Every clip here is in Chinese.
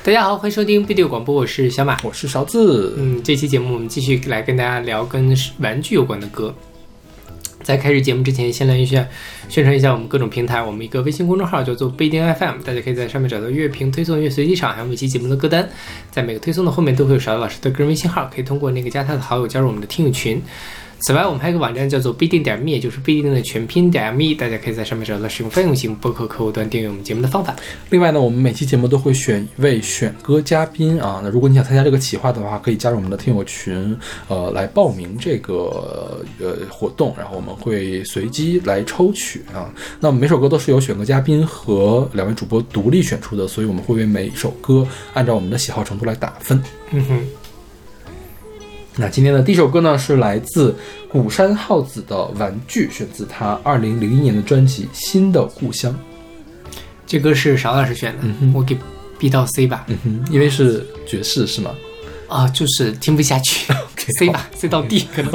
大家好，欢迎收听 B6 广播，我是小马， 我是勺子。 这期节目我们继续来跟大家聊跟玩具有关的歌。在开始节目之前，先来宣传一下我们各种平台。我们一个微信公众号叫做不一定 FM， 大家可以在上面找到乐评推送、乐随机场，还有每期节目的歌单。在每个推送的后面都会有勺子老师的个人微信号，可以通过那个加他的好友加入我们的听友群。此外，我们还有一个网站叫做不一定.me， 也就是不一定的全拼.me， 大家可以在上面找到使用泛用型播客客户端订阅我们节目的方法。 另外呢，我们每期节目都会选一位选歌嘉宾啊。那如果你想参加这个企划的话，可以加入我们的听友群，来报名这个活动，然后我们会随机来抽取啊。那我们每首歌都是由选歌嘉宾和两位主播独立选出的，所以我们会为每首歌按照我们的喜好程度来打分。那今天的第一首歌呢，是来自鼓山浩子的《玩具》，选自他2001年的专辑《新的故乡》。 这歌是邵老师选的，我给 B 到 C 吧。 因为是爵士是吗？ 啊，就是听不下去。C 吧 ，C 到 D 可能。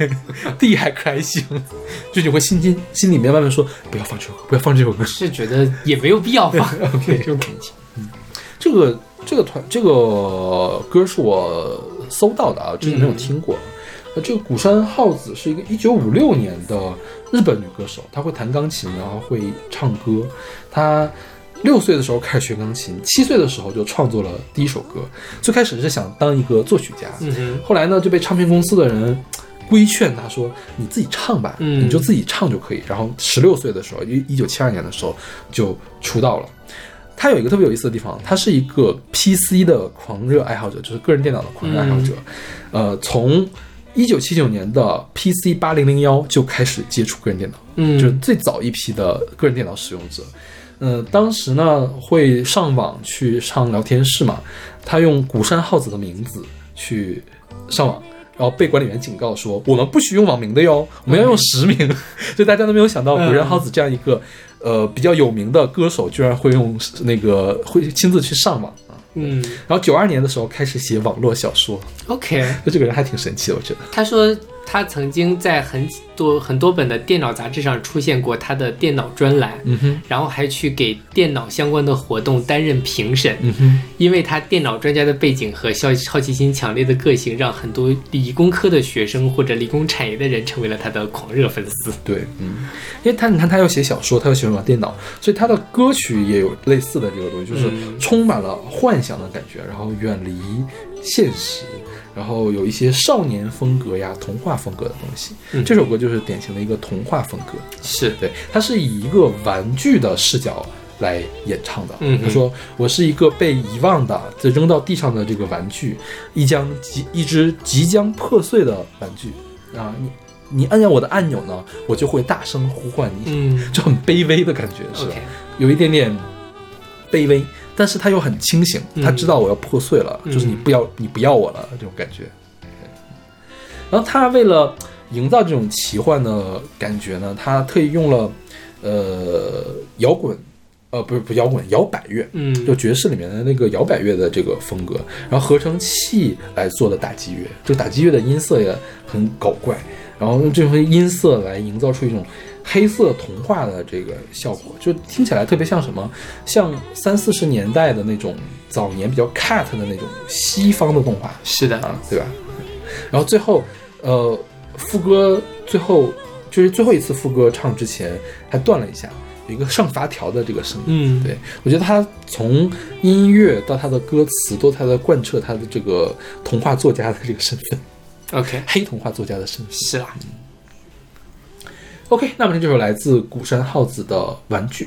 D 还可还行，就你会心里面慢慢说不要放这首歌，不要放这首歌， 是觉得也没有必要放。这种感觉。这个歌是我搜到的啊，之前没有听过。这个鼓山浩子是一个1956年的日本女歌手，她会弹钢琴，然后会唱歌。她6岁的时候开始学钢琴，7岁的时候就创作了第一首歌。最开始是想当一个作曲家，后来呢就被唱片公司的人规劝他说：“你自己唱吧，你就自己唱就可以。”然后16岁的时候，1972年的时候就出道了。他有一个特别有意思的地方，他是一个 PC 的狂热爱好者，就是个人电脑的狂热爱好者。从1979年的 PC 8001就开始接触个人电脑，就是最早一批的个人电脑使用者。当时呢会上网去上聊天室嘛，他用鼓山浩子的名字去上网，然后被管理员警告说我们不许用网名的哟，我们要用实名。所以大家都没有想到鼓山浩子这样一个比较有名的歌手居然会会亲自去上网啊。然后92年的时候开始写网络小说。OK， 就这个人还挺神奇的，我觉得。 他说他曾经在很多本的电脑杂志上出现过他的电脑专栏，然后还去给电脑相关的活动担任评审。因为他电脑专家的背景和好奇心强烈的个性，让很多理工科的学生或者理工产业的人成为了他的狂热粉丝。 对，因为你看他要写小说，他要喜欢玩电脑，所以他的歌曲也有类似的这个东西，就是充满了幻想的感觉，然后远离现实，然后有一些少年风格呀、童话风格的东西。这首歌就是典型的一个童话风格，是对，它是以一个玩具的视角来演唱的。他说：“我是一个被遗忘的、扔到地上的这个玩具，一只即将破碎的玩具啊！你按下我的按钮呢，我就会大声呼唤你。”就很卑微的感觉，是吧？有一点点卑微。但是他又很清醒，他知道我要破碎了，就是你不要我了这种感觉。然后他为了营造这种奇幻的感觉呢，他特意用了摇滚，不是摇滚，摇摆乐，就爵士里面的那个摇摆乐的这个风格，然后合成器来做的打击乐，这个打击乐的音色也很搞怪，然后用这种音色来营造出一种黑色童话的这个效果，就听起来特别像什么，像30-40年代的那种早年比较 cat 的那种西方的动画。是的啊，对吧？然后最后副歌最后一次副歌唱之前还断了一下，有一个上发条的这个声音。对，我觉得他从音乐到他的歌词都他在贯彻他的这个童话作家的这个身份。OK， 黑童话作家的身份。是啦。OK， 那么这首来自鼓山浩子的《玩具》。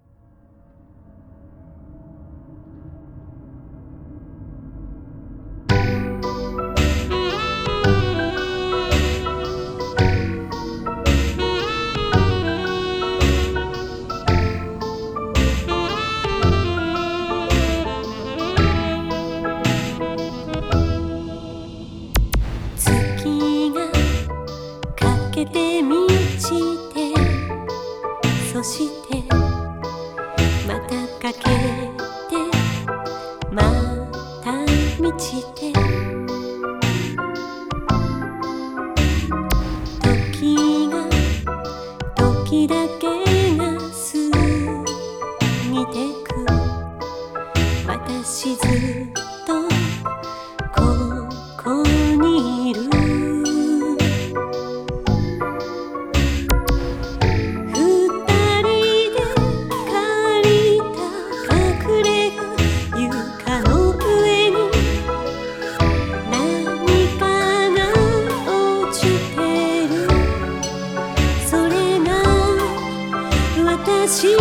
そしてまたかけてまた満ちて時だけが過ぎてく私私ずっとここにいる二人で借りた隠れ家床の上に何かが落ちてるそれが私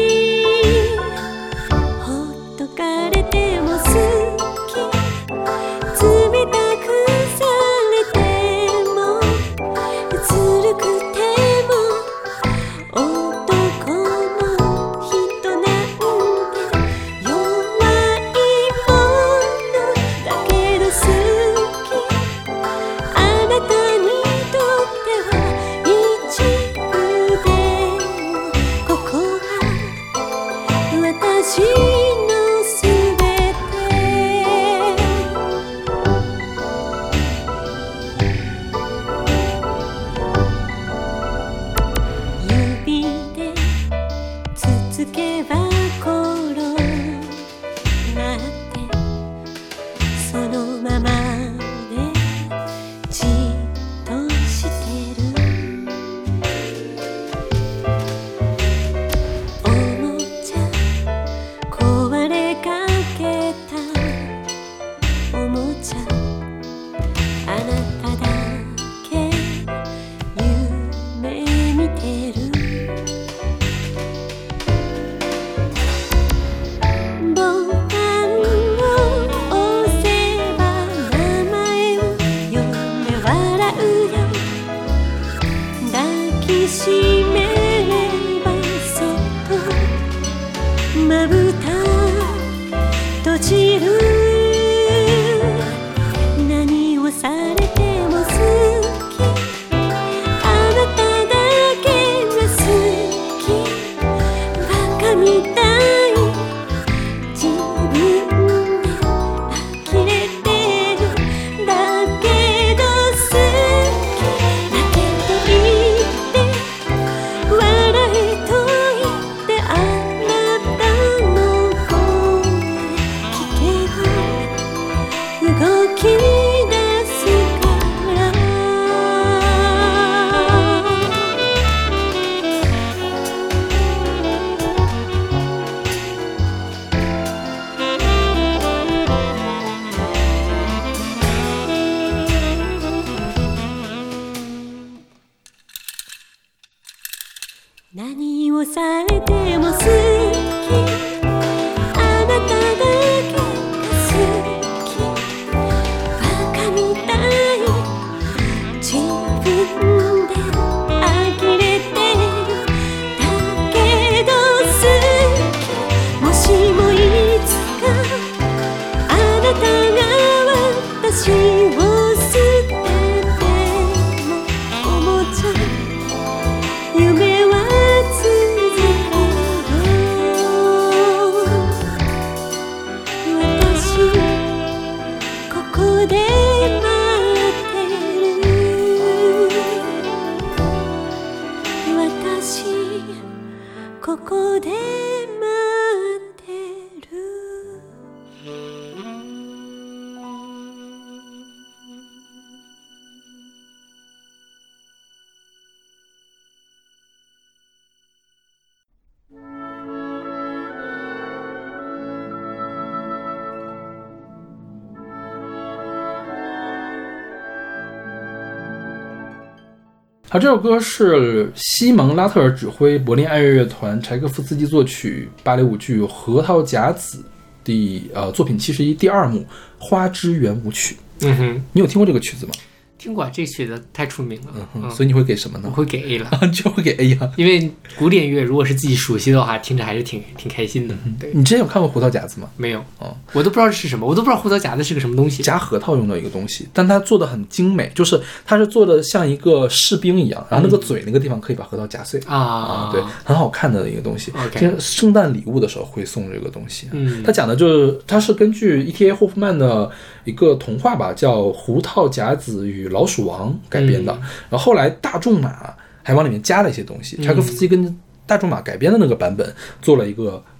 何をされても好きあなただけが好きバカみたい自分で呆れてるだけど好きもしもいつかあなたが私を捨ててもおもちゃ夢はここで待ってる好，这首歌是西蒙拉特尔指挥，柏林爱乐乐团，柴可夫斯基作曲，芭蕾舞剧《核桃夹子》作品71第二幕《花之圆舞曲》。 嗯哼， 你有听过这个曲子吗？ 听过，这曲子太出名了。 所以你会给什么呢？ 我会给 A 了， 就会给 A 呀。 因为古典乐如果是自己熟悉的话，听着还是挺开心的。对， 你之前有看过胡桃夹子吗？ 没有，我都不知道是什么，我都不知道胡桃夹子是个什么东西。 夹核桃用的一个东西，但它做的很精美，就是它是做的像一个士兵一样，然后那个嘴那个地方可以把核桃夹碎对，很好看的一个东西。圣诞礼物的时候会送这个东西。它讲的就是它是根据 E.T.A. 霍夫曼的一个童话吧，叫《胡桃夹子与老鼠王》改编的。然后后来大仲马还往里面加了一些东西，柴可夫斯基跟大仲马改编的那个版本做了一个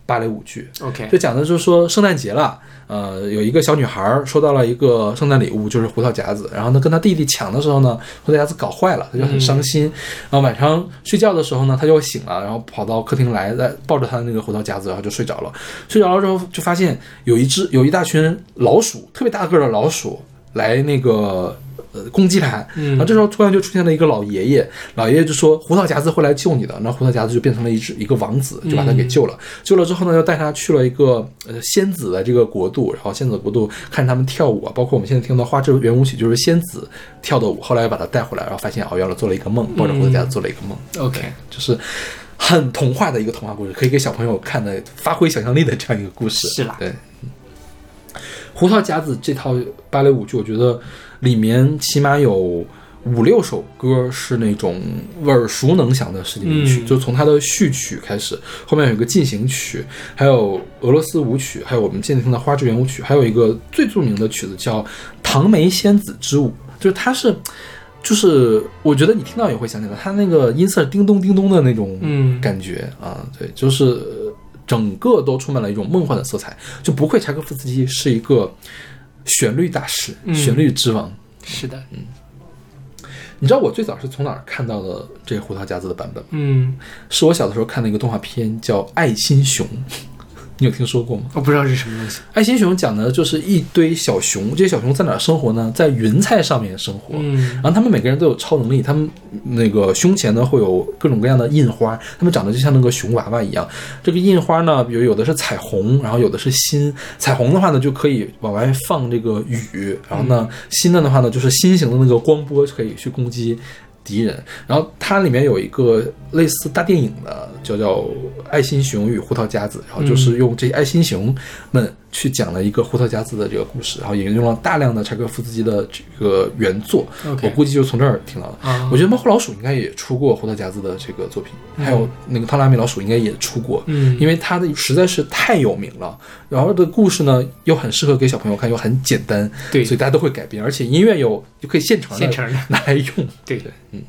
芭蕾舞剧。 OK， 就讲的就是说圣诞节了，有一个小女孩收到了一个圣诞礼物，就是胡桃夹子，然后呢跟她弟弟抢的时候呢，胡桃夹子搞坏了，她就很伤心。然后晚上睡觉的时候呢，她就醒了，然后跑到客厅来，抱着她的那个胡桃夹子，然后就睡着了。睡着了之后就发现有一大群老鼠，特别大个的老鼠来那个攻击他，然后这时候突然就出现了一个老爷爷，老爷爷就说胡桃夹子会来救你的，然后胡桃夹子就变成了一个王子，就把他给救了。救了之后呢，就带他去了一个仙子的这个国度，然后仙子国度看他们跳舞啊，包括我们现在听到花之圆舞曲就是仙子跳的舞，后来把他带回来，然后发现原来做了一个梦，抱着胡桃夹子做了一个梦。 OK， 就是很童话的一个童话故事，可以给小朋友看的，发挥想象力的这样一个故事。 是啦， 对。胡桃夹子这套芭蕾舞剧，我觉得里面起码有5-6首歌是那种耳熟能详的世界名曲，就从它的序曲开始，后面有一个进行曲，还有俄罗斯舞曲，还有我们现在听的花之圆舞曲，还有一个最著名的曲子叫《唐梅仙子之舞》，就是它是。就是我觉得你听到也会想起来，它那个音色叮咚叮咚的那种感觉啊，对，就是整个都充满了一种梦幻的色彩，就不愧柴可夫斯基是一个旋律大师，旋律之王。 是的， 你知道我最早是从哪儿看到的这个胡桃夹子的版本吗？是我小的时候看的一个动画片叫《爱心熊》。你有听说过吗？ 我不知道是什么东西。 爱心熊讲的就是一堆小熊，这些小熊在哪儿生活呢？在云彩上面生活。然后他们每个人都有超能力，他们那个胸前呢会有各种各样的印花，他们长得就像那个熊娃娃一样。这个印花呢，比如有的是彩虹，然后有的是心。彩虹的话呢，就可以往外放这个雨，然后呢，心的话呢，就是心形的那个光波可以去攻击敌人。然后它里面有一个类似大电影的，叫《爱心熊与胡桃夹子》，然后就是用这些爱心熊们去讲了一个胡桃夹子的这个故事，然后引用了大量的柴可夫斯基的这个原作。我估计就从这儿听到的。我觉得猫和老鼠应该也出过胡桃夹子的这个作品，还有那个汤拉米老鼠应该也出过。因为它的实在是太有名了，然后的故事呢又很适合给小朋友看，又很简单， 对， 所以大家都会改编，而且音乐就可以现成的拿来用。 对，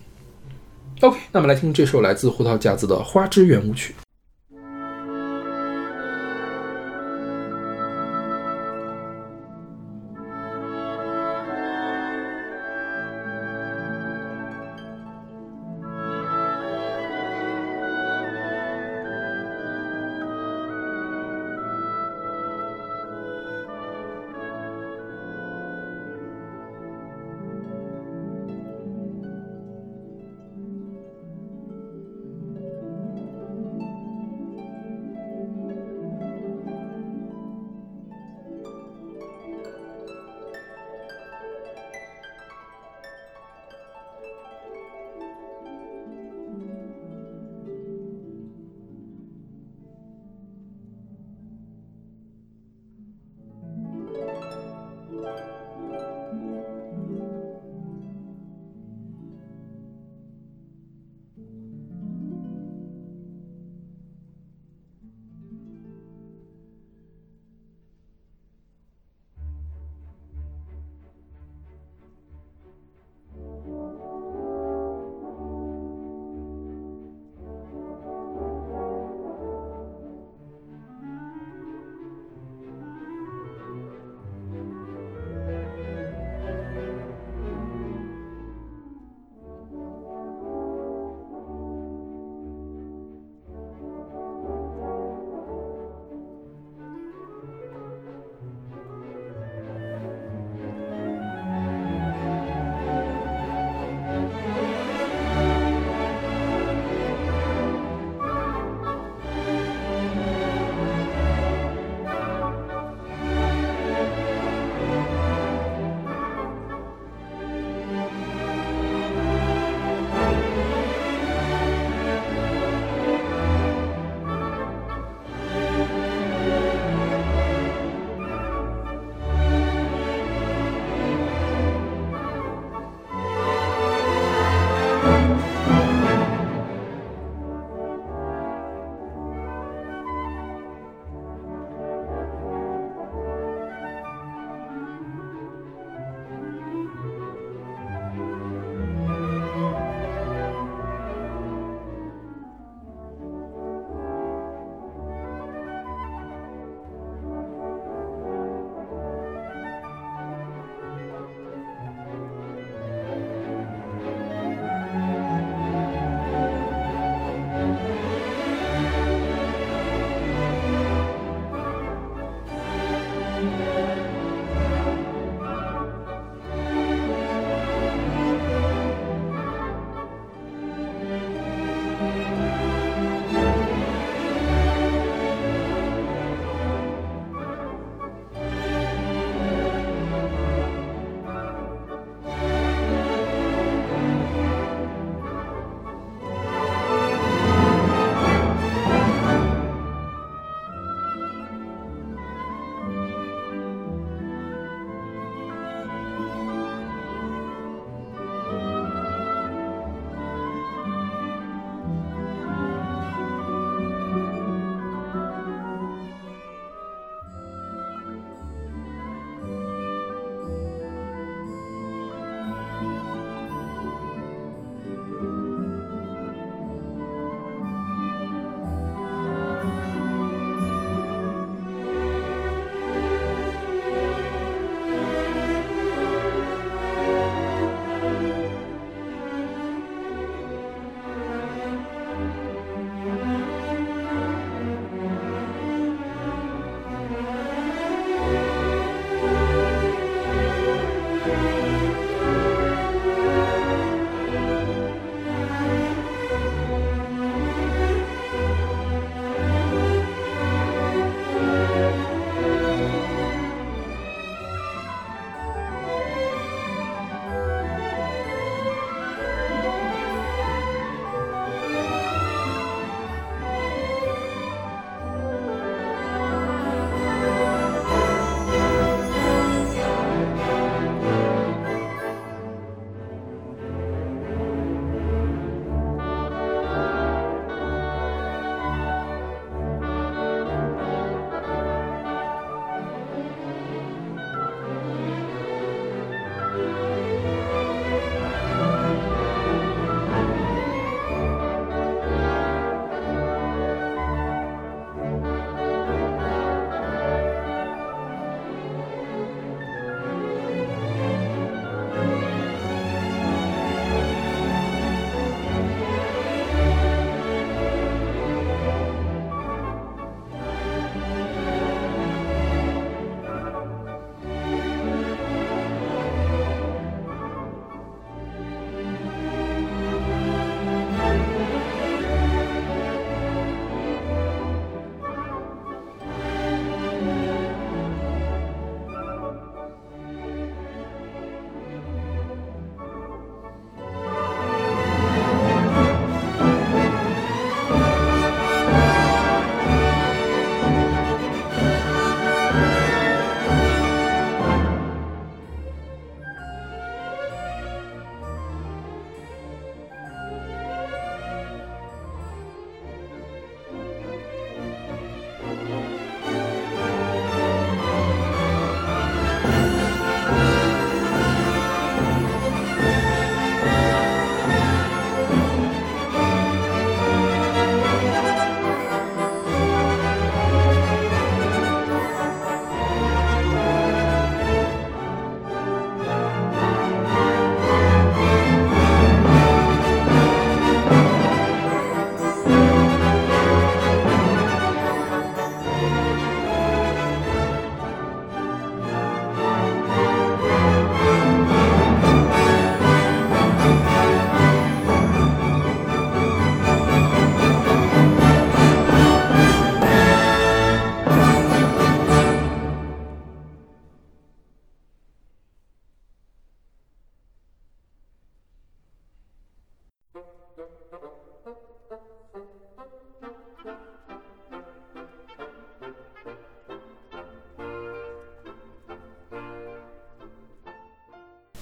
OK， 那么来听这首来自胡桃夹子的《花之圆舞曲》。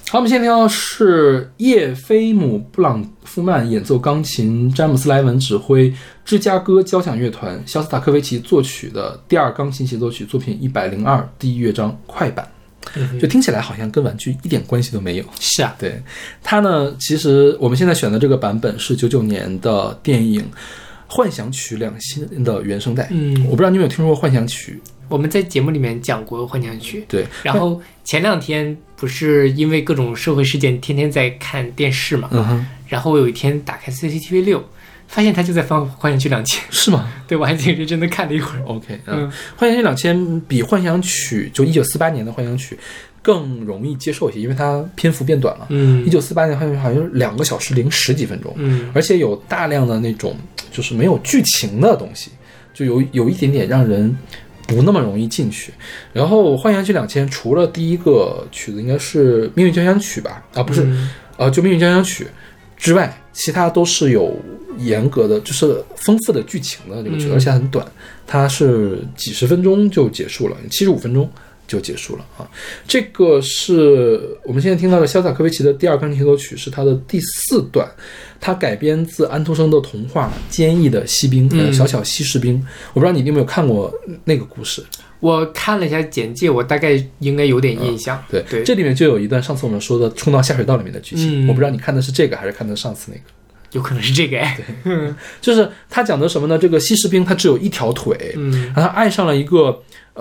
好，我们现在听到的是叶菲姆·布朗夫曼演奏钢琴，詹姆斯·莱文指挥，芝加哥交响乐团，肖斯塔科维奇作曲的第二钢琴协奏曲作品102第一乐章快板。就听起来好像跟玩具一点关系都没有。 是啊， 对它呢，其实我们现在选的这个版本是99年的电影《幻想曲》两新的原声带。我不知道你有没有听说过《幻想曲》？ 我们在节目里面讲过《幻想曲》。 对， 然后前2天不是因为各种社会事件，天天在看电视嘛。然后我有一天打开 CCTV6。发现他就在放《幻想曲2000》， 是吗？ 对，我还挺认真的看了一会儿。 OK，幻想曲2000》比《幻想曲》就1948年的《幻想曲》更容易接受一些，因为它篇幅变短了。1948年《幻想曲》好像是2个小时零10几分钟，而且有大量的那种就是没有剧情的东西，就有一点点让人不那么容易进去。然后《幻想曲2000》除了第一个曲子应该是《命运交响曲》吧？啊，不是，就《命运交响曲》之外，其他都是有严格的，就是丰富的剧情的这个曲子，而且很短，它是几十分钟就结束了，75分钟就结束了啊。这个是我们现在听到的肖斯塔科维奇的第二钢琴协奏曲，是它的第4段，它改编自安徒生的童话《坚毅的锡兵》，小小西士兵。我不知道你有没有看过那个故事。 我看了一下简介，我大概应该有点印象。 对，这里面就有一段上次我们说的冲到下水道里面的剧情，我不知道你看的是这个还是看的上次那个。 有可能是这个哎， 对，就是他讲的什么呢？这个西士兵他只有一条腿，然后他爱上了一个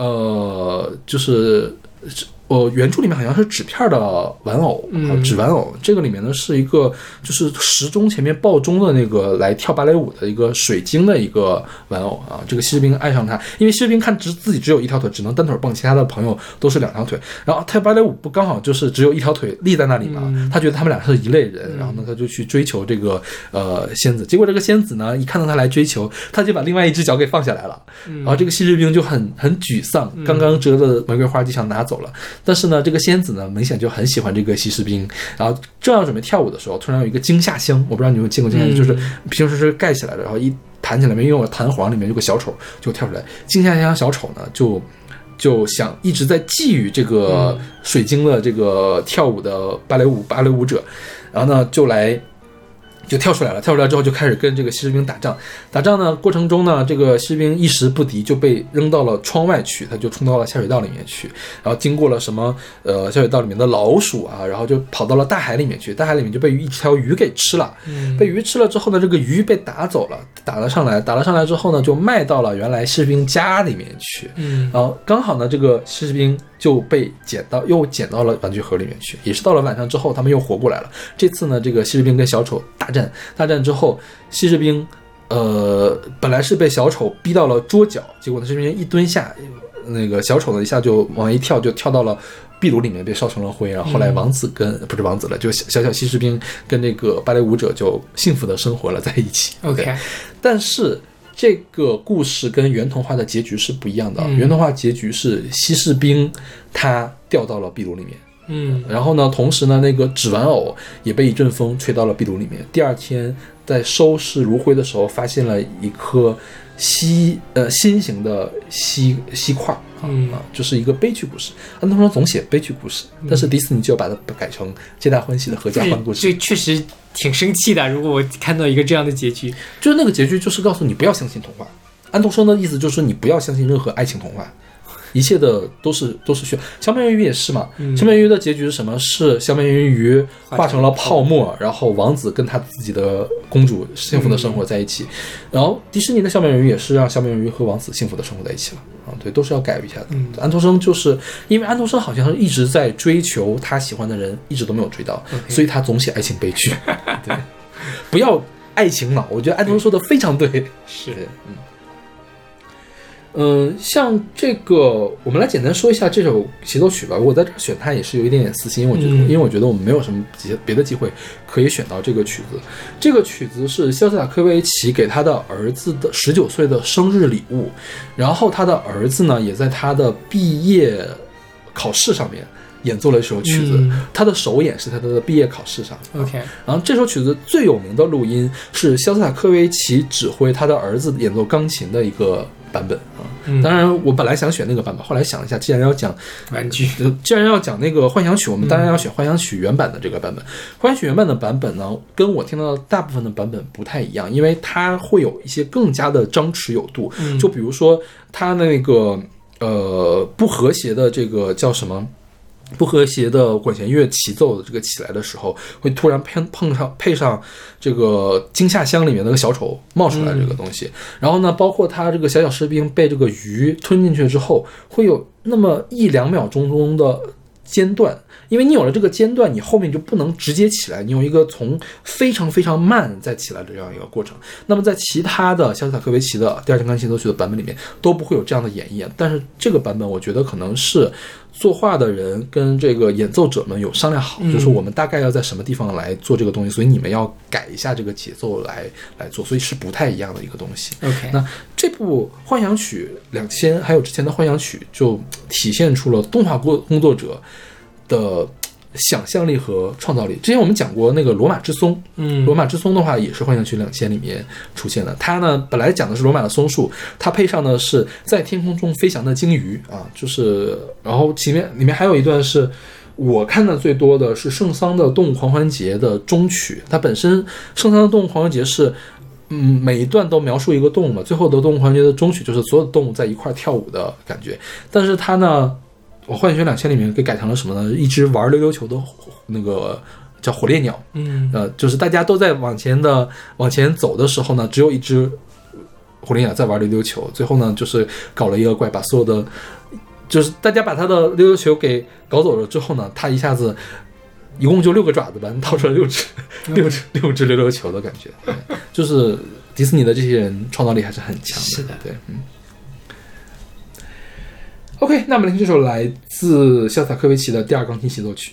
就是原著里面好像是纸片的玩偶，纸玩偶。这个里面呢是一个就是时钟前面报钟的那个来跳芭蕾舞的一个水晶的一个玩偶啊。这个西士兵爱上他，因为西士兵看自己只有一条腿，只能单腿蹦，其他的朋友都是2条腿。然后跳芭蕾舞不刚好就是只有一条腿立在那里嘛？他觉得他们俩是一类人，然后呢他就去追求这个仙子。结果这个仙子呢一看到他来追求，他就把另外一只脚给放下来了。然后这个西士兵就很沮丧，刚刚折的玫瑰花就想拿走了。但是呢，这个仙子呢，明显就很喜欢这个西士兵，然后正要准备跳舞的时候，突然有一个惊吓箱，我不知道你有没有见过惊吓箱，就是平时是盖起来的，然后一弹起来，因为有弹簧，里面有个小丑就跳出来。惊吓箱小丑呢，就想一直在觊觎这个水晶的这个跳舞的芭蕾舞者，然后呢就跳出来了，跳出来之后就开始跟这个西士兵打仗呢过程中呢，这个西士兵一时不敌，就被扔到了窗外去，他就冲到了下水道里面去，然后经过了什么下水道里面的老鼠啊，然后就跑到了大海里面去，大海里面就被一条鱼给吃了，被鱼吃了之后呢，这个鱼被打走了，打了上来之后呢，就卖到了原来士兵家里面去，然后刚好呢，这个士兵就被又捡到了玩具盒里面去，也是到了晚上之后，他们又活过来了。这次呢，这个西士兵跟小丑大战之后，西士兵本来是被小丑逼到了桌角，结果呢，西士兵一蹲下，那个小丑呢一下就往一跳，就跳到了壁炉里面，被烧成了灰。然后后来不是王子了，就小西士兵跟那个芭蕾舞者就幸福的生活了在一起。 OK， 但是这个故事跟原童话的结局是不一样的。原童话结局是西士兵他掉到了壁炉里面，然后呢，同时呢，那个纸玩偶也被一阵风吹到了壁炉里面。第二天在收拾炉灰的时候，发现了一颗新型的锡块，就是一个悲剧故事。安徒生总写悲剧故事，但是迪士尼就把它改成皆大欢喜的合家欢故事。 这确实挺生气的，如果我看到一个这样的结局， 就是那个结局就是告诉你不要相信童话。安徒生的意思就是你不要相信任何爱情童话，一切的都是虚。小美人鱼也是嘛，小美人鱼的结局是什么？是小美人鱼化成了泡沫，然后王子跟他自己的公主幸福的生活在一起。然后迪士尼的小美人鱼也是让小美人鱼和王子幸福的生活在一起了啊，对，都是要改一下的。安徒生就是因为安徒生好像是一直在追求他喜欢的人，一直都没有追到，所以他总写爱情悲剧。对，不要爱情脑，我觉得安徒生说的非常对。 是， 像这个，我们来简单说一下这首协奏曲吧。我在这选它也是有一点点私心，因为我觉得我们没有什么别的机会可以选到这个曲子。这个曲子是肖斯塔科维奇给他的儿子的19岁的生日礼物，然后他的儿子呢也在他的毕业考试上面演奏了一首曲子，他的首演是他的毕业考试上。 OK， 然后这首曲子最有名的录音是肖斯塔科维奇指挥他的儿子演奏钢琴的一个版本啊。当然，我本来想选那个版本，后来想了一下，既然要讲玩具， 既然要讲那个幻想曲，我们当然要选幻想曲原版的这个版本。幻想曲原版的版本呢，跟我听到的大部分的版本不太一样，因为它会有一些更加的张弛有度。就比如说它那个不和谐的这个叫什么？不和谐的管弦乐齐奏的这个起来的时候，会突然配上这个惊吓箱里面那个小丑冒出来这个东西。然后呢，包括他这个小士兵被这个鱼吞进去之后，会有那么1-2秒钟中的间断。因为你有了这个间断，你后面就不能直接起来，你有一个从非常非常慢再起来的这样一个过程。那么在其他的肖斯塔科维奇的第二钢琴协奏曲的版本里面都不会有这样的演绎，但是这个版本我觉得可能是作画的人跟这个演奏者们有商量好，就是我们大概要在什么地方来做这个东西，所以你们要改一下这个节奏来做，所以是不太一样的一个东西。 OK， 那这部幻想曲2000还有之前的幻想曲就体现出了动画工作者的想象力和创造力。之前我们讲过那个罗马之松，罗马之松的话也是幻想曲2000里面出现的。它呢本来讲的是罗马的松树，它配上的是在天空中飞翔的鲸鱼啊，就是然后里面还有一段是我看的最多的是圣桑的动物狂欢节的终曲。它本身圣桑的动物狂欢节是每一段都描述一个动物嘛，最后的动物狂欢节的终曲就是所有的动物在一块跳舞的感觉。但是它呢，我幻想曲2000里面给改成了什么呢？一只玩溜溜球的那个叫火烈鸟，就是大家都在往前走的时候呢，只有一只火烈鸟在玩溜溜球。最后呢，就是搞了一个怪，把所有的就是大家把他的溜溜球给搞走了之后呢，他一下子一共就6个爪子吧，掏出来6只溜溜球的感觉。就是迪士尼的这些人创造力还是很强的。 是的， 对OK， 那我们来听这首来自肖斯塔科维奇的第二钢琴协奏曲。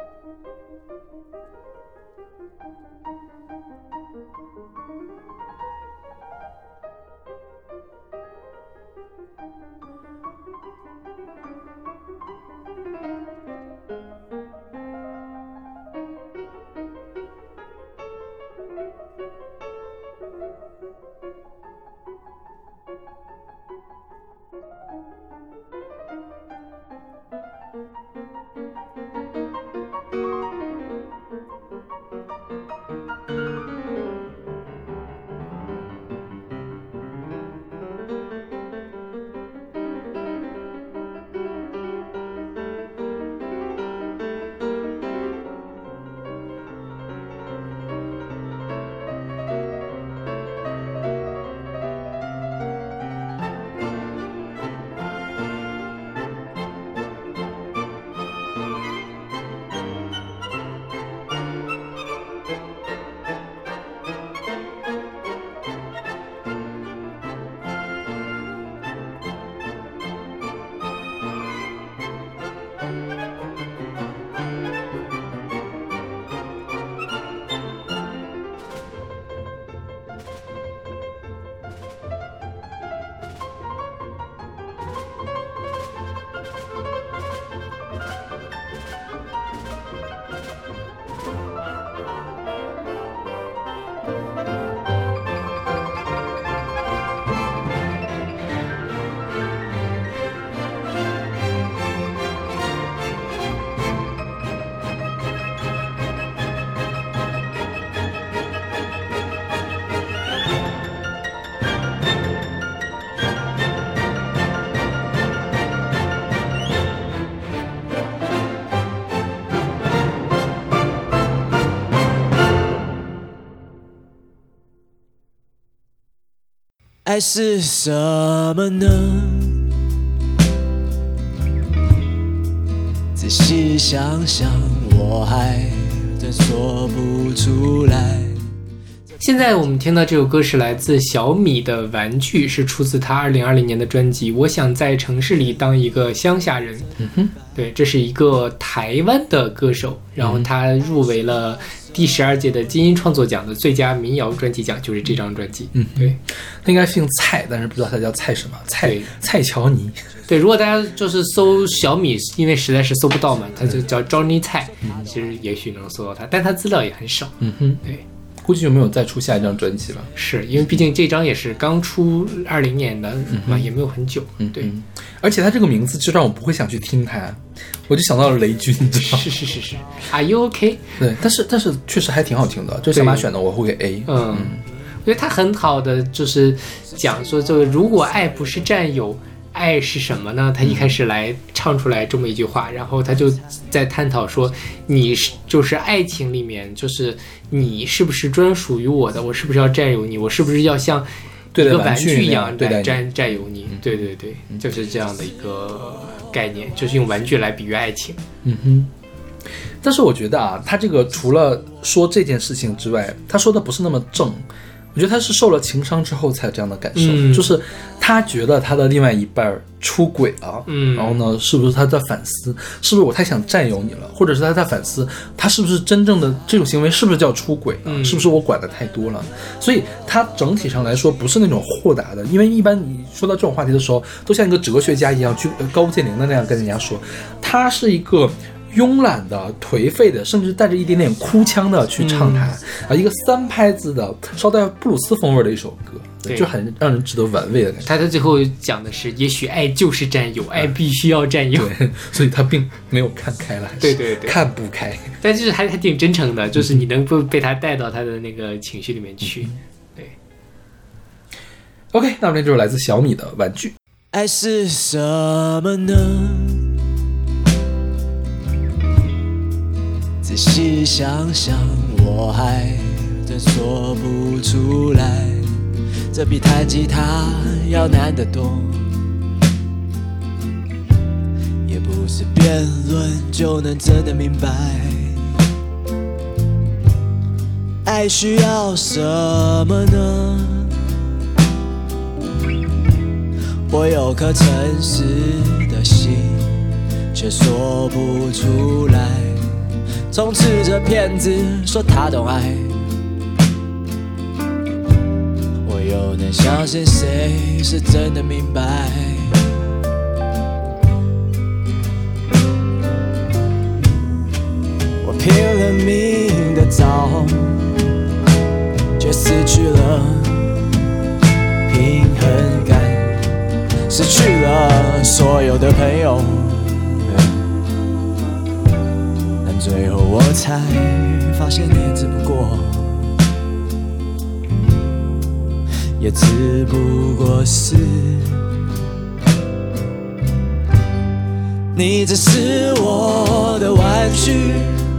爱是什么呢？仔细想想，我还真说不出来。 现在我们听到这首歌是来自小米的《玩具》，是出自他2020年的专辑《我想在城市里当一个乡下人》。对，这是一个台湾的歌手，然后他入围了第12届的金鹰创作奖的最佳民谣专辑奖，就是这张专辑。对， 他应该姓蔡，但是不知道他叫蔡什么，蔡乔尼。 对，如果大家就是搜小米，因为实在是搜不到嘛，他就叫 Johnny 蔡，其实也许能搜到他，但他资料也很少。对。 估计就没有再出下一张专辑了， 是因为毕竟这张也是刚出20年的嘛，也没有很久。对， 而且他这个名字就让我不会想去听他，我就想到了雷军，你知道吗？ 是 Are you OK？ 对，但是确实还挺好听的，这小马选的我会给 A。 我觉得他很好的就是讲说，这个如果爱不是占有，爱是什么呢？他一开始来唱出来这么一句话，然后他就在探讨说，你就是爱情里面，就是你是不是专属于我的，我是不是要占有你，我是不是要像一个玩具一样来占有你？对，就是这样的一个概念，就是用玩具来比喻爱情。 但是我觉得啊，他这个除了说这件事情之外，他说的不是那么正。我觉得他是受了情伤之后才有这样的感受，就是他觉得他的另外一半出轨了，然后呢，是不是他在反思，是不是我太想占有你了，或者是他在反思，他是不是真正的这种行为是不是叫出轨了，是不是我管的太多了？所以他整体上来说不是那种豁达的，因为一般你说到这种话题的时候，都像一个哲学家一样去高屋建瓴的那样跟人家说，他是一个慵懒的、颓废的，甚至带着一点点哭腔的去唱它，一个3拍子的，稍带布鲁斯风味的一首歌，就很让人值得玩味的感觉。 他在最后讲的是，也许爱就是占有，爱必须要占有， 对，所以他并没有看开了， 对， 看不开， 但就是还挺真诚的，就是你能够被他带到他的那个情绪里面去。对 ，OK， 那么这就是来自小米的《玩具》。 爱是什么呢？仔细想想，我还真说不出来，这比弹吉他要难得多，也不是辩论就能真的明白，爱需要什么呢？我有颗诚实的心，却说不出来， 充斥着骗子说他懂爱，我又能相信谁是真的明白？我拼了命的找，却失去了平衡感，失去了所有的朋友，但最后我才发现，也只不过是你只是我的玩具，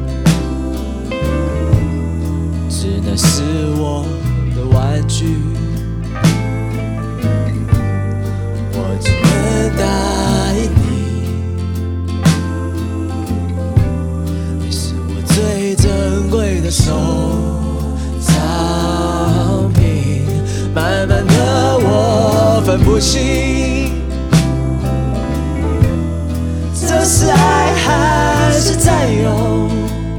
只能是我的玩具，我只能答应你，你是我最珍贵的收藏品。慢慢的我分不清，这是爱还是占有，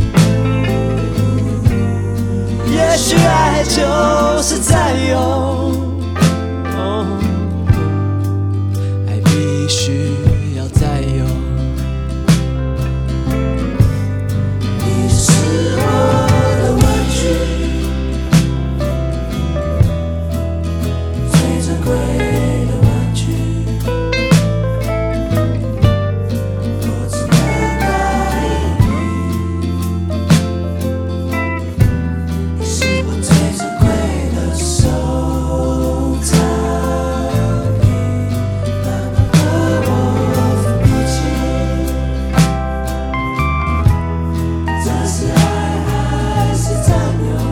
也许爱就是占有，爱必须要占有。你是我的玩具，最珍贵的玩具，我只能答应你，你是我最珍贵的收藏品。慢慢的我分不清，这是爱还是占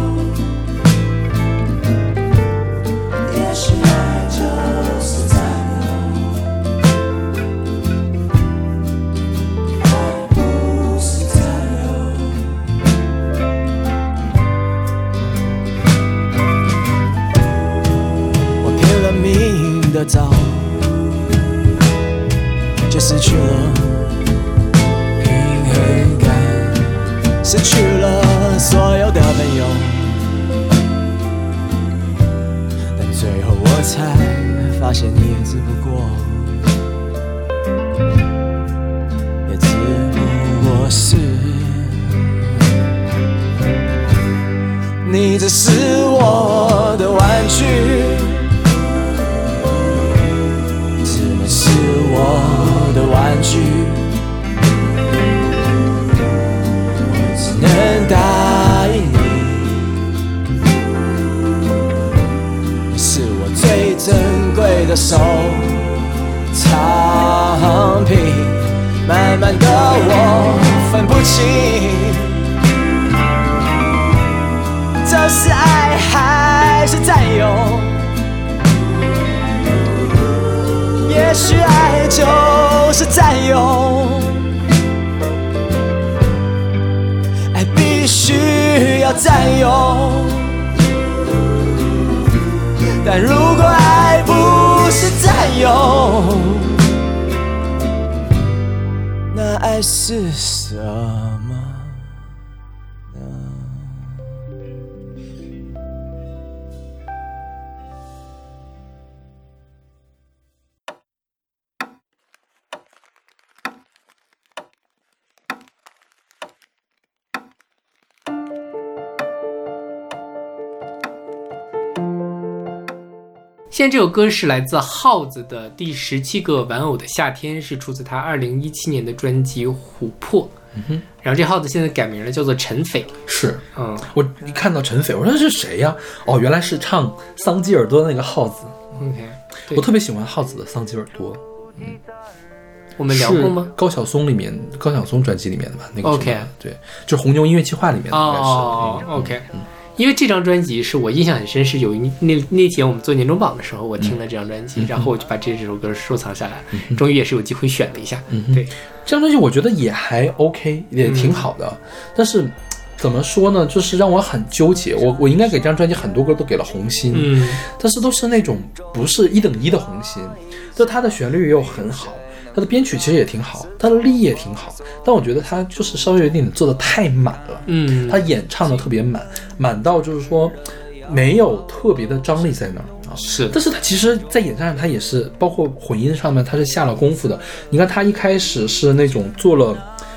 有，也许爱就是占有，爱不是占有。我拼了命的找，却失去了平衡感，失去了所有的朋友，但最后我才发现，你也只不过是，你只是我的玩具，只能是我的玩具，我只能答应你，你是我最珍贵的收藏品。慢慢的我分不清，这是爱还是占有，也许爱就是占有，爱必须要占有，但如果爱不是占有，那爱是什么呢？ 现在这首歌是来自耗子的第17个玩偶的夏天，是出自他2017年的专辑《琥珀》。然后这耗子现在改名了，叫做陈斐。 是，我一看到陈斐，我说这是谁呀？哦，原来是唱《桑基尔多》的那个耗子。 OK， 我特别喜欢耗子的《桑基尔多》。 我们聊过吗？ 高晓松专辑里面的吧？那个 OK， 对，就是红牛音乐计划里面的。 哦 OK。因为这张专辑是我印象很深，是有那天我们做年终榜的时候，我听了这张专辑，然后我就把这首歌收藏下来，终于也是有机会选了一下。对， 这张专辑我觉得也还 OK， 也挺好的，但是怎么说呢，就是让我很纠结。我应该给这张专辑很多歌都给了红心，但是都是那种不是1等1的红心，就它的旋律又很好， 它的编曲其实也挺好，它的力也挺好，但我觉得它就是稍微有一点做的太满了。它演唱的特别满到就是说没有特别的张力在那儿啊。 是， 但是它其实在演唱上它也是包括混音上面它是下了功夫的。你看它一开始是那种做了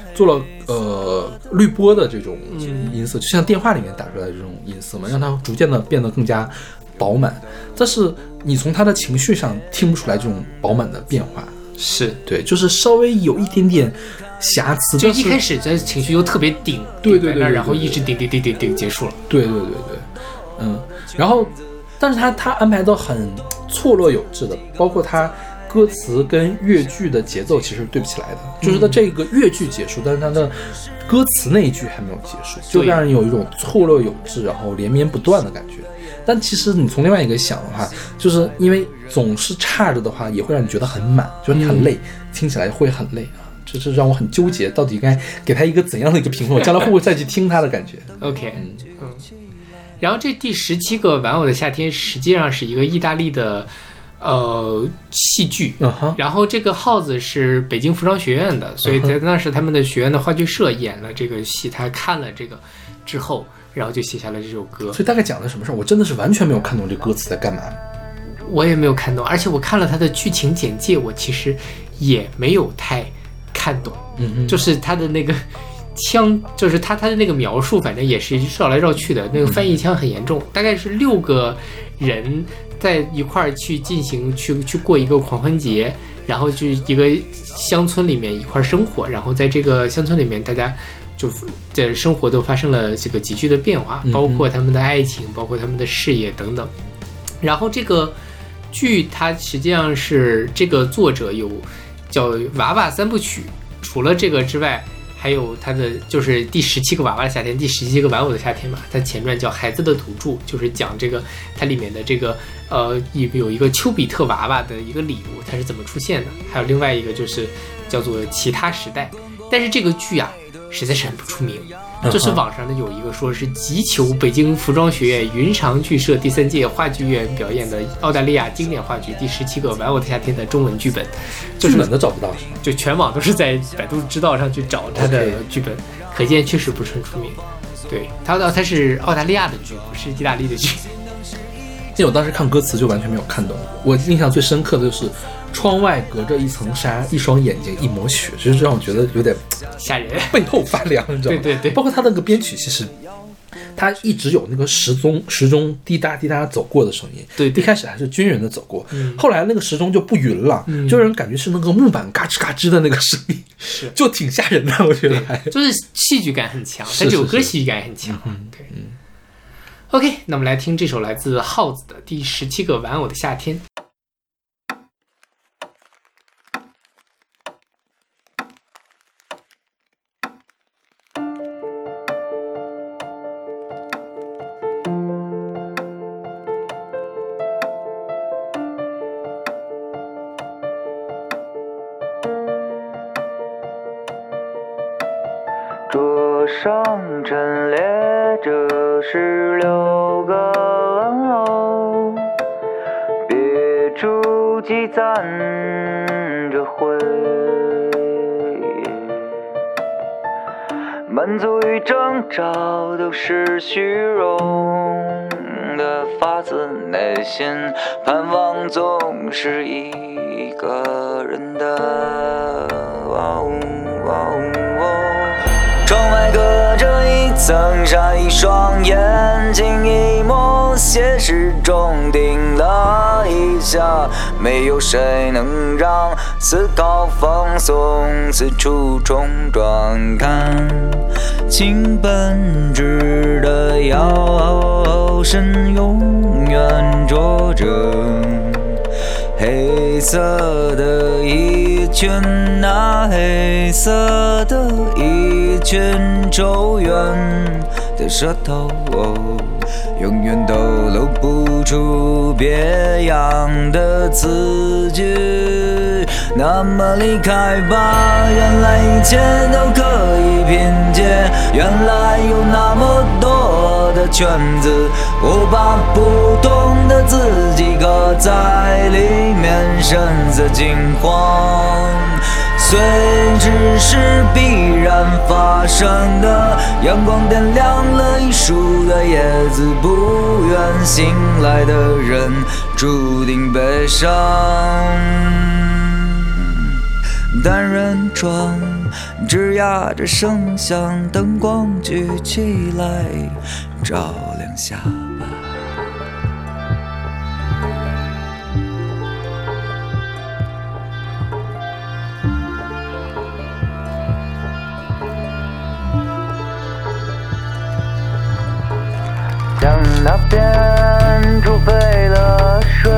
滤波的这种音色，就像电话里面打出来的这种音色嘛，让它逐渐的变得更加饱满。但是你从他的情绪上听不出来这种饱满的变化。 是对，就是稍微有一点点瑕疵， 就一开始这情绪又特别顶， 对， 然后一直顶结束了。 对，然后但是他安排的很错落有致的，包括他歌词跟乐句的节奏其实对不起来的，就是他这个乐句结束，但是他的歌词那一句还没有结束，就让人有一种错落有致，然后连绵不断的感觉。但其实你从另外一个想的话，就是因为总是差着的话，也会让你觉得很满，就是你很累，听起来会很累啊。这让我很纠结，到底该给他一个怎样的一个评分？我将来会不会再去听他的感觉 ？OK，然后这第17个玩偶的夏天实际上是一个意大利的戏剧，然后这个耗子是北京服装学院的，所以在那是他们的学院的话剧社演了这个戏，他看了这个之后，然后就写下了这首歌。 所以大概讲的什么事？我真的是完全没有看懂这歌词在干嘛。 我也没有看懂，而且我看了他的剧情简介，我其实也没有太看懂。就是他的那个腔，就是他的那个描述，反正也是绕来绕去的，那个翻译腔很严重。大概是6个人在一块儿去进行去过一个狂欢节，然后就一个乡村里面一块生活，然后在这个乡村里面大家就在生活都发生了这个急剧的变化，包括他们的爱情，包括他们的事业等等。然后这个剧它实际上是这个作者有叫娃娃3部曲，除了这个之外还有他的就是第17个娃娃的夏天，第17个玩偶的夏天嘛，它前传叫孩子的土著，就是讲这个它里面的这个有一个丘比特娃娃的一个礼物它是怎么出现的，还有另外一个就是叫做其他时代。但是这个剧啊实在是很不出名，就是网上的有一个说是急求北京服装学院云长剧社第3届话剧院表演的澳大利亚经典话剧第17个玩偶的夏天的中文剧本， 剧本都找不到是吗？ 就全网都是在百度知道上去找他的剧本，可见确实不是很出名。对，它是澳大利亚的剧，不是意大利的剧。 因为我当时看歌词就完全没有看懂，我印象最深刻的就是窗外隔着一层纱，一双眼睛一抹雪，就是让我觉得有点吓人， 背后发凉，你知道吗？ 对， 包括他那个编曲，其实他一直有那个时钟滴答滴答走过的声音。 对， 一开始还是均匀的走过，后来那个时钟就不匀了，就让人感觉是那个木板嘎吱嘎吱的那个声音， 是就挺吓人的，我觉得就是戏剧感很强，但这首歌戏剧感很强。对，OK， 那我们来听这首来自耗子的第17个玩偶的夏天。 桌上陈列着16个玩偶，别处积攒着回忆，满足与征兆都是虚荣的，发自内心盼望总是一个人的。窗外隔着一层纱，一双眼睛一抹写时钟定了一下，没有谁能让思考放松，四处冲撞看情本质的腰身永远着着黑色的一圈，那黑色的一圈抽圆的舌头，永远都露不出别样的字句。那么离开吧，原来一切都可以拼接，原来有那么多的圈子，我把不同的自己搁在里面，神色惊慌。虽知是必然发生的，阳光点亮了一树的叶子，不愿醒来的人注定悲伤。单人床吱呀着声响，灯光举起来照亮下巴。江那边煮沸了水，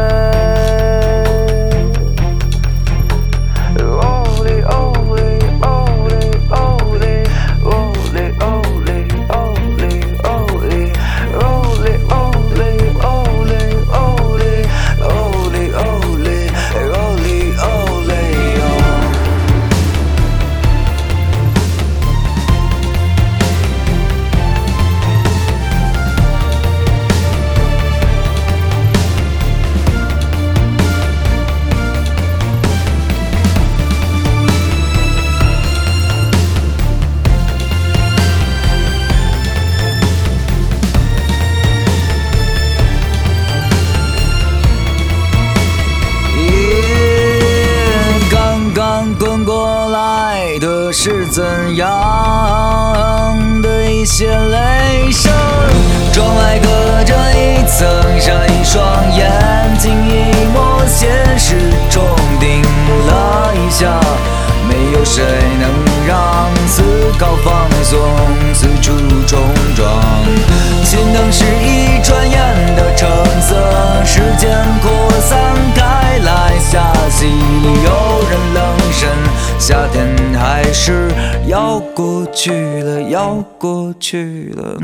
滚过来的是怎样的一些雷声？窗外隔着一层纱，一双眼睛一抹现实中定了一下，没有谁能让思考放松，四处冲撞。心灯是一转眼的橙色，时间扩散开来，下戏里有人冷神，夏天还是要过去了，要过去了。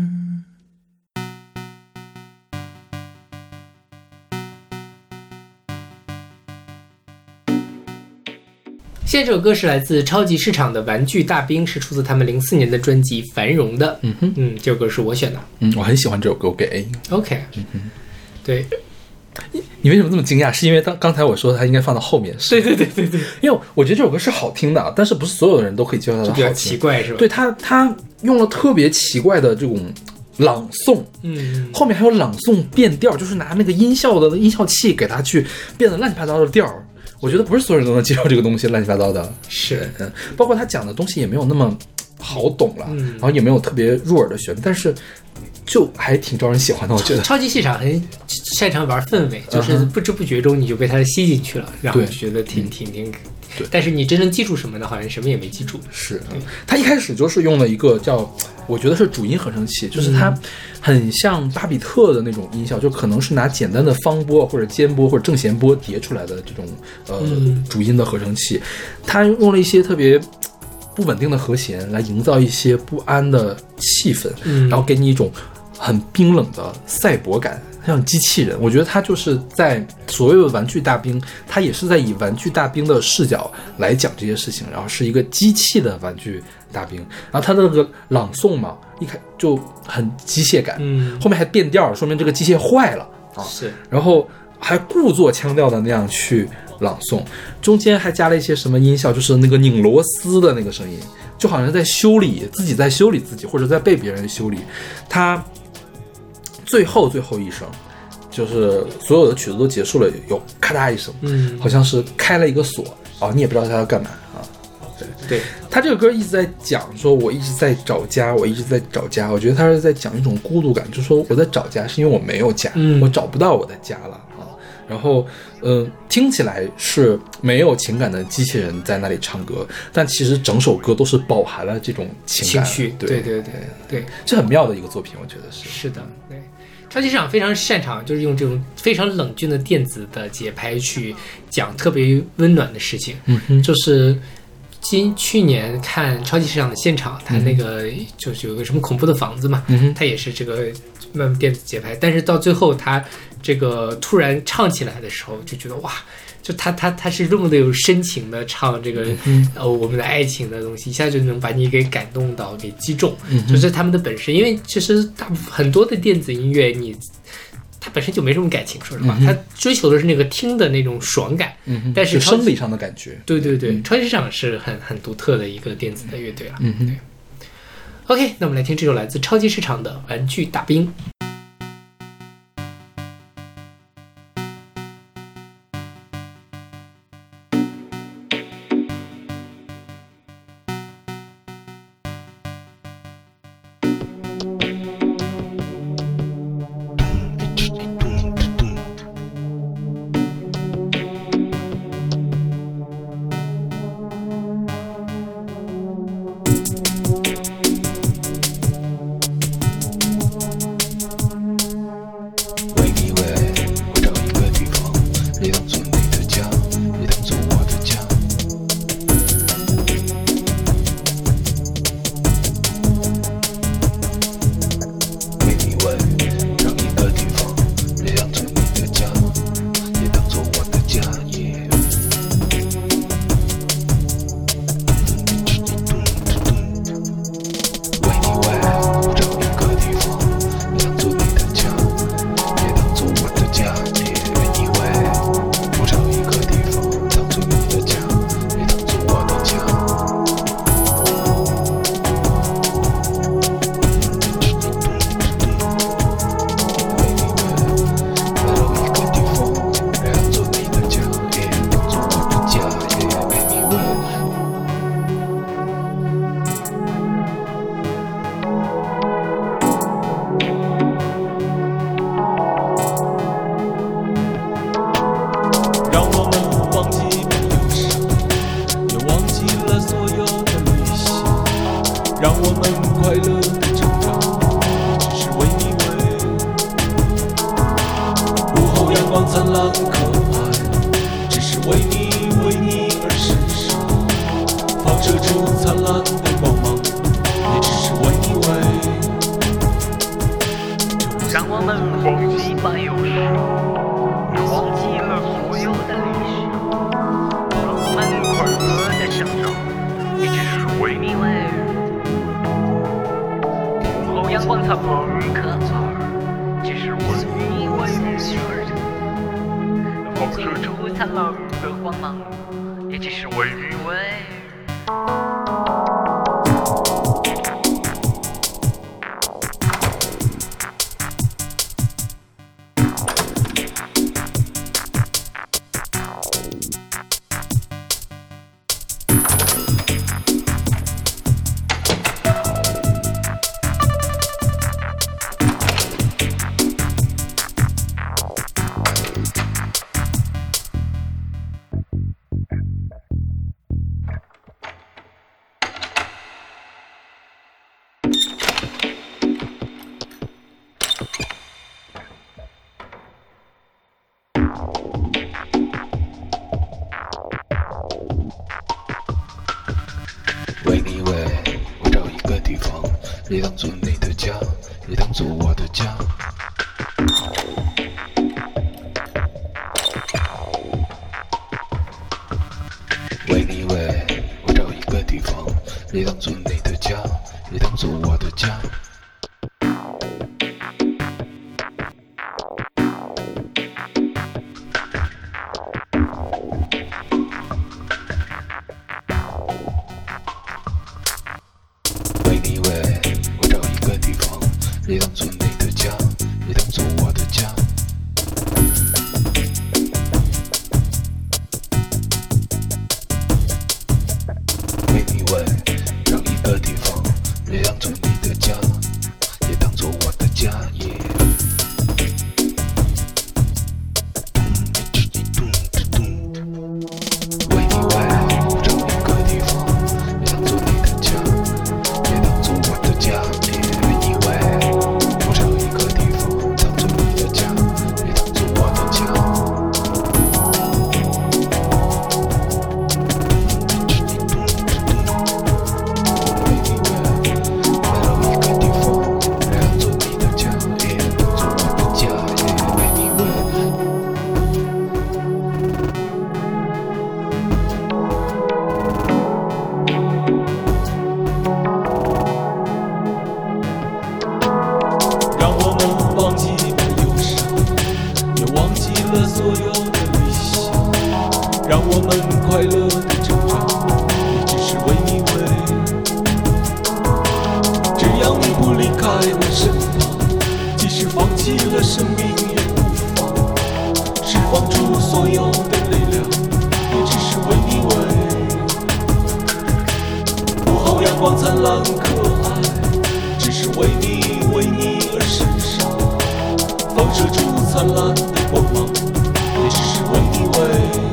现在这首歌是来自超级市场的玩具大兵，是出自他们04年的专辑《繁荣》的。这首歌是我选的。 我很喜欢这首歌，我给 A。 OK。对。 你为什么这么惊讶？是因为刚才我说它应该放到后面。 对， 因为我觉得这首歌是好听的，但是不是所有的人都可以接受它的好听。 比较奇怪是吧？ 对，他用了特别奇怪的这种朗诵，后面还有朗诵变调，就是拿那个音效器给它去变得乱七八糟的调。我觉得不是所有人都能接受这个东西乱七八糟的， 是， 包括他讲的东西也没有那么好懂了，然后也没有特别入耳的旋律，但是就还挺招人喜欢的。我觉得超级市场很擅长玩氛围，就是不知不觉中你就被他吸进去了，然后就觉得挺。 对， 但是你真正记住什么呢？好像什么也没记住。 是，他一开始就是用了一个叫，我觉得是主音合成器，就是它很像巴比特的那种音效，就可能是拿简单的方波或者尖波或者正弦波叠出来的这种主音的合成器。他用了一些特别不稳定的和弦来营造一些不安的气氛，然后给你一种很冰冷的赛博感，像机器人。我觉得他就是在所谓的玩具大兵，他也是在以玩具大兵的视角来讲这些事情，然后是一个机器的玩具大兵，然后他的那个朗诵嘛，一开就很机械感，后面还变调，说明这个机械坏了啊， 是，然后还故作腔调的那样去朗诵，中间还加了一些什么音效，就是那个拧螺丝的那个声音，就好像在修理自己，在修理自己，或者在被别人修理。他最后一声，就是所有的曲子都结束了，有咔嗒一声，好像是开了一个锁啊，你也不知道他要干嘛啊。 对， 他这个歌一直在讲说，我一直在找家，我一直在找家。我觉得他是在讲一种孤独感，就是说我在找家，是因为我没有家，我找不到我的家了啊。然后，听起来是没有情感的机器人在那里唱歌，但其实整首歌都是饱含了这种情绪。对， 这很妙的一个作品，我觉得是。 是的，对。超级市场非常擅长，就是用这种非常冷峻的电子的节拍去讲特别温暖的事情。就是去年看超级市场的现场，他那个就是有个什么恐怖的房子嘛，他也是这个慢电子节拍，但是到最后他这个突然唱起来的时候，就觉得哇， 就他是这么的有深情的唱这个我们的爱情的东西，一下就能把你给感动到，给击中，就是他们的本身。因为其实很多的电子音乐它本身就没什么感情，说实话，它追求的是那个听的那种爽感，但是生理上的感觉。 对对对，超级市场是很独特的一个电子的乐队了。对。OK， 那我们来听这首来自超级市场的《玩具大兵》。 也当做你的家，也当做我的家。为你为我找一个地方，也当做你的家，也当做我的家。也当做你的家，也当做我的家。为你为找一个地方，也当做你的家，也当做我的家。为你为找一个地方，也当做你的家，也当做我的家。 我们快乐的成长，也只是为你为。只要你不离开我身旁，即使放弃了生命也无妨。释放出所有的力量，也只是为你为。午后阳光灿烂可爱，只是为你为你而闪闪，放射出灿烂的光芒，也只是为你为。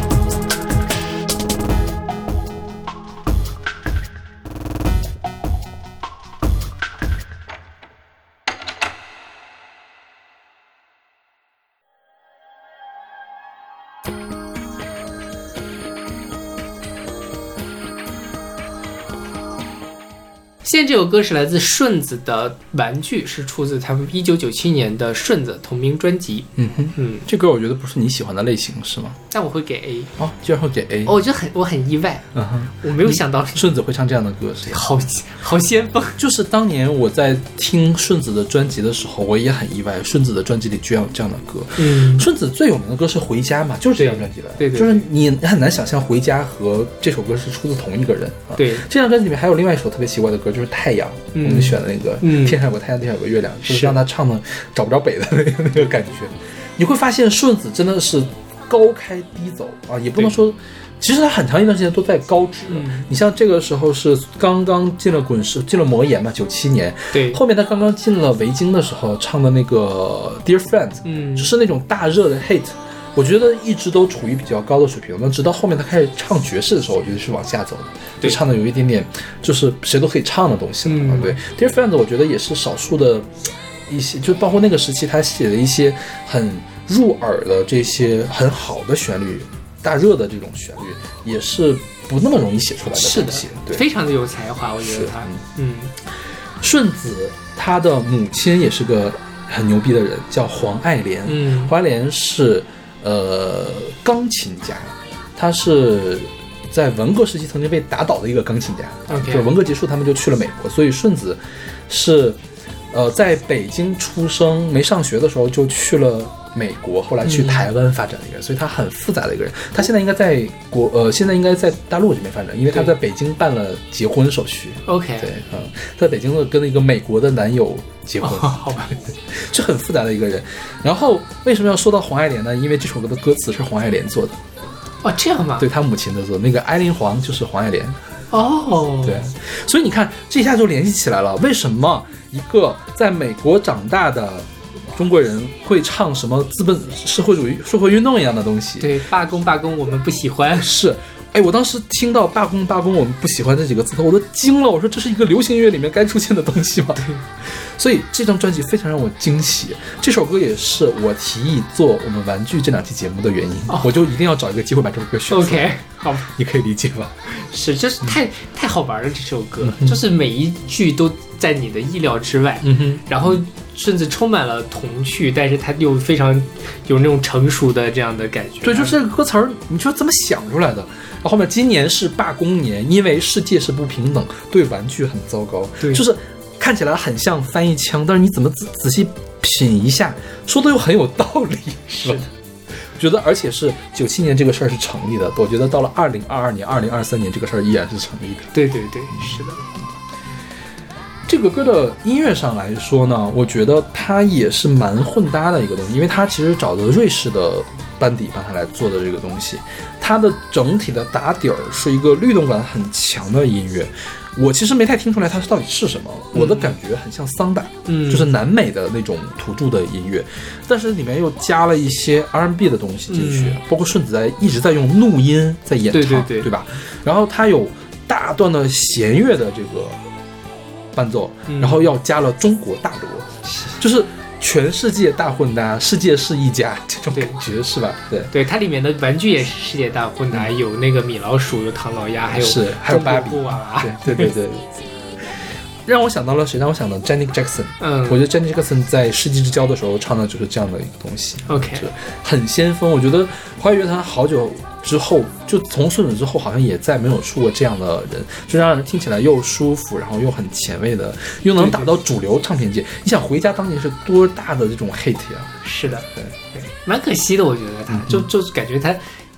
现在这首歌是来自顺子的《玩具》，是出自他们1997年的顺子同名专辑。 这歌我觉得不是你喜欢的类型，是吗？ 但我会给 A。 哦，居然会给 A。 我觉得我很意外，我没有想到顺子会唱这样的歌，是好先锋。 就是当年我在听顺子的专辑的时候，我也很意外，顺子的专辑里居然有这样的歌。顺子最有名的歌是《回家》嘛，就是这张专辑的。 对， 就是你很难想象《回家》和这首歌是出自同一个人啊。 对， 这张专辑里面还有另外一首特别奇怪的歌，就是《太阳》，我们选的那个天上有个太阳，地上有个月亮，就是让他唱的找不着北的那个感觉。你会发现顺子真的是高开低走啊，也不能说，其实他很长一段时间都在高值。你像这个时候是刚刚进了滚石，进了魔岩嘛，97年。 对， 后面他刚刚进了维京的时候唱的那个 Dear Friends，就是那种大热的 hit。我觉得一直都处于比较高的水平，那直到后面他开始唱爵士的时候，我觉得是往下走的，就唱的有一点点就是谁都可以唱的东西了。对 Dear Friends 我觉得也是少数的一些，就包括那个时期他写的一些很入耳的这些很好的旋律，大热的这种旋律也是不那么容易写出来的东西。对， 非常的有才华，我觉得他。 顺子他的母亲也是个很牛逼的人，叫黄爱莲。黄爱莲是钢琴家，他是在文革时期曾经被打倒的一个钢琴家。就是文革结束他们就去了美国，所以顺子是在北京出生，没上学的时候就去了美国，后来去台湾发展的一个人，所以他很复杂的一个人。他现在应该在现在应该在大陆这边发展，因为他在北京办了结婚手续。 OK， 对，在北京的跟一个美国的男友结婚， 好吧， 是很复杂的一个人。然后为什么要说到黄爱莲呢？因为这首歌的歌词是黄爱莲做的。 哦，这样吗？ 对，他母亲的做的，那个哀林黄就是黄爱莲。 哦， 对，所以你看，这一下就联系起来了。为什么一个在美国长大的中国人会唱什么资本社会主义社会运动一样的东西？ 对，罢工我们不喜欢。 是，哎，我当时听到罢工我们不喜欢这几个字头，我都惊了。我说这是一个流行乐里面该出现的东西吗？对。所以这张专辑非常让我惊喜，这首歌也是我提议做我们玩具这两期节目的原因。我就一定要找一个机会把这首歌选出来。 OK， 好， 你可以理解吧？ 是，就是太好玩了，这首歌，就是每一句都在你的意料之外，然后甚至充满了童趣，但是它又非常有那种成熟的这样的感觉。 对，就这个歌词儿，你说怎么想出来的？然后后面今年是罢工年，因为世界是不平等，对玩具很糟糕。对，就是看起来很像翻译腔，但是你怎么仔细品一下，说的又很有道理，是的。我觉得，而且是97年这个事儿是成立的，我觉得到了2022年、2023年这个事儿依然是成立的。 对对对，是的。 这个歌的音乐上来说呢，我觉得它也是蛮混搭的一个东西，因为它其实找的瑞士的班底帮他来做的这个东西，它的整体的打底儿是一个律动感很强的音乐。我其实没太听出来它到底是什么，我的感觉很像桑巴，就是南美的那种土著的音乐，但是里面又加了一些 R&B 的东西进去，包括顺子一直在用怒音在演唱，对吧？然后它有大段的弦乐的这个伴奏，然后要加了中国大锣，就是全世界大混搭，世界是一家这种感觉，是吧？对对， 它里面的玩具也是世界大混搭，有那个米老鼠，有唐老鸭，还有芭比娃娃， 对。让我想到了谁？让我想到 Janet Jackson。我觉得 Janet Jackson 在世纪之交的时候唱的就是这样的一个东西。 OK， 很先锋。我觉得华语乐坛好久之后，就从顺子之后，好像也再没有出过这样的人，就让人听起来又舒服，然后又很前卫的，又能打到主流唱片界。你想，回家当年是多大的这种 hit 呀？ 是的，对，蛮可惜的。我觉得他就是感觉他